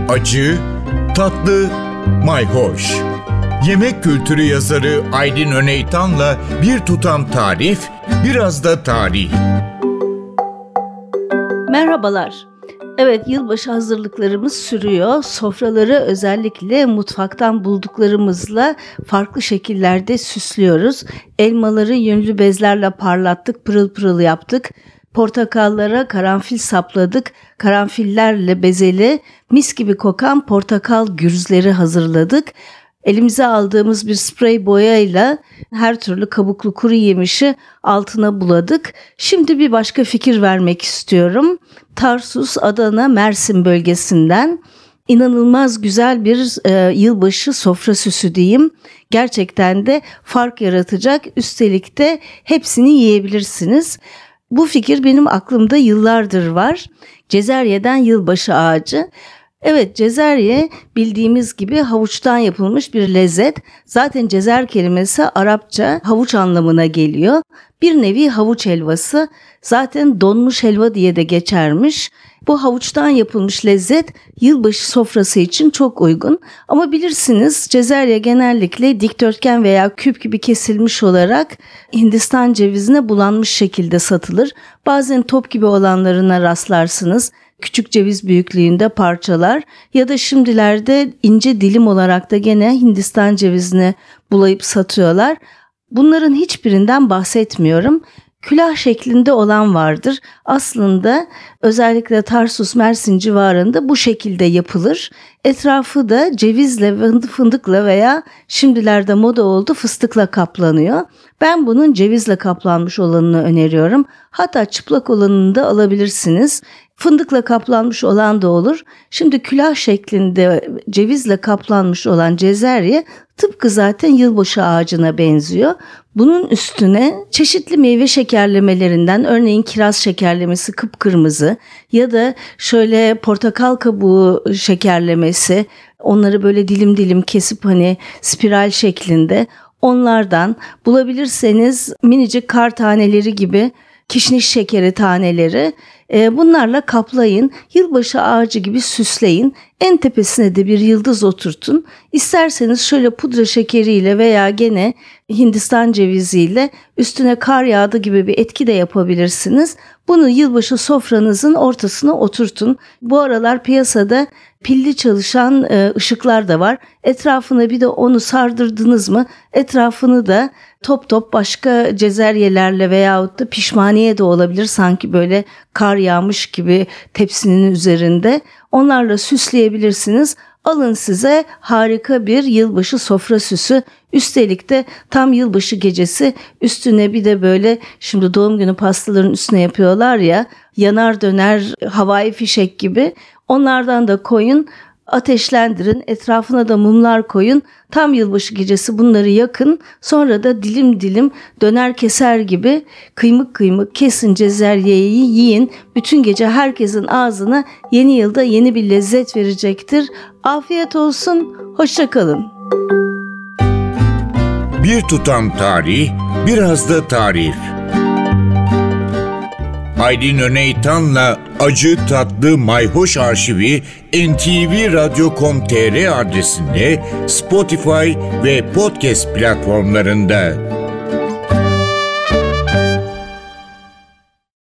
acı, tatlı, mayhoş. Yemek kültürü yazarı Aydin Öneytan'la bir tutam tarif, biraz da tarih. Merhabalar. Evet, yılbaşı hazırlıklarımız sürüyor. Sofraları özellikle mutfaktan bulduklarımızla farklı şekillerde süslüyoruz. Elmaları yünlü bezlerle parlattık, pırıl pırıl yaptık. Portakallara karanfil sapladık. Karanfillerle bezeli mis gibi kokan portakal gürzleri hazırladık. Elimize aldığımız bir sprey boyayla her türlü kabuklu kuru yemişi altına buladık. Şimdi bir başka fikir vermek istiyorum. Tarsus, Adana, Mersin bölgesinden inanılmaz güzel bir yılbaşı sofra süsü diyeyim. Gerçekten de fark yaratacak. Üstelik de hepsini yiyebilirsiniz. Bu fikir benim aklımda yıllardır var. Cezerye'den yılbaşı ağacı. Evet, cezerye bildiğimiz gibi havuçtan yapılmış bir lezzet. Zaten cezer kelimesi Arapça havuç anlamına geliyor. Bir nevi havuç helvası. Zaten donmuş helva diye de geçermiş. Bu havuçtan yapılmış lezzet yılbaşı sofrası için çok uygun. Ama bilirsiniz cezerye genellikle dikdörtgen veya küp gibi kesilmiş olarak Hindistan cevizine bulanmış şekilde satılır. Bazen top gibi olanlarına rastlarsınız. Küçük ceviz büyüklüğünde parçalar ya da şimdilerde ince dilim olarak da gene Hindistan cevizini bulayıp satıyorlar. Bunların hiçbirinden bahsetmiyorum. Külah şeklinde olan vardır. Aslında özellikle Tarsus, Mersin civarında bu şekilde yapılır. Etrafı da cevizle, fındıkla veya şimdilerde moda oldu fıstıkla kaplanıyor. Ben bunun cevizle kaplanmış olanını öneriyorum. Hatta çıplak olanını da alabilirsiniz. Fındıkla kaplanmış olan da olur. Şimdi külah şeklinde cevizle kaplanmış olan cezerye tıpkı zaten yılbaşı ağacına benziyor. Bunun üstüne çeşitli meyve şekerlemelerinden, örneğin kiraz şekerlemesi kıpkırmızı ya da şöyle portakal kabuğu şekerlemesi, onları böyle dilim dilim kesip hani spiral şeklinde onlardan bulabilirseniz minicik kar taneleri gibi kişniş şekeri taneleri, bunlarla kaplayın, yılbaşı ağacı gibi süsleyin, en tepesine de bir yıldız oturtun. İsterseniz şöyle pudra şekeriyle veya gene Hindistan ceviziyle üstüne kar yağdı gibi bir etki de yapabilirsiniz. Bunu yılbaşı sofranızın ortasına oturtun. Bu aralar piyasada pilli çalışan ışıklar da var. Etrafına bir de onu sardırdınız mı, etrafını da top top başka cezeryelerle veyahut da pişmaniye de olabilir, sanki böyle kar yağmış gibi tepsinin üzerinde, onlarla süsleyebilirsiniz. Alın size harika bir yılbaşı sofra süsü. Üstelik de tam yılbaşı gecesi üstüne bir de böyle, şimdi doğum günü pastaların üstüne yapıyorlar ya, yanar döner havai fişek gibi, onlardan da koyun. Ateşlendirin, etrafına da mumlar koyun. Tam yılbaşı gecesi bunları yakın. Sonra da dilim dilim döner keser gibi kıymık kıymık kesin cezeryeyi yiyin. Bütün gece herkesin ağzına yeni yılda yeni bir lezzet verecektir. Afiyet olsun, hoşça kalın. Bir tutam tarih, biraz da tarif. Aydin Öneytan'la acı tatlı mayhoş arşivi ntvradio.com.tr adresinde, Spotify ve podcast platformlarında.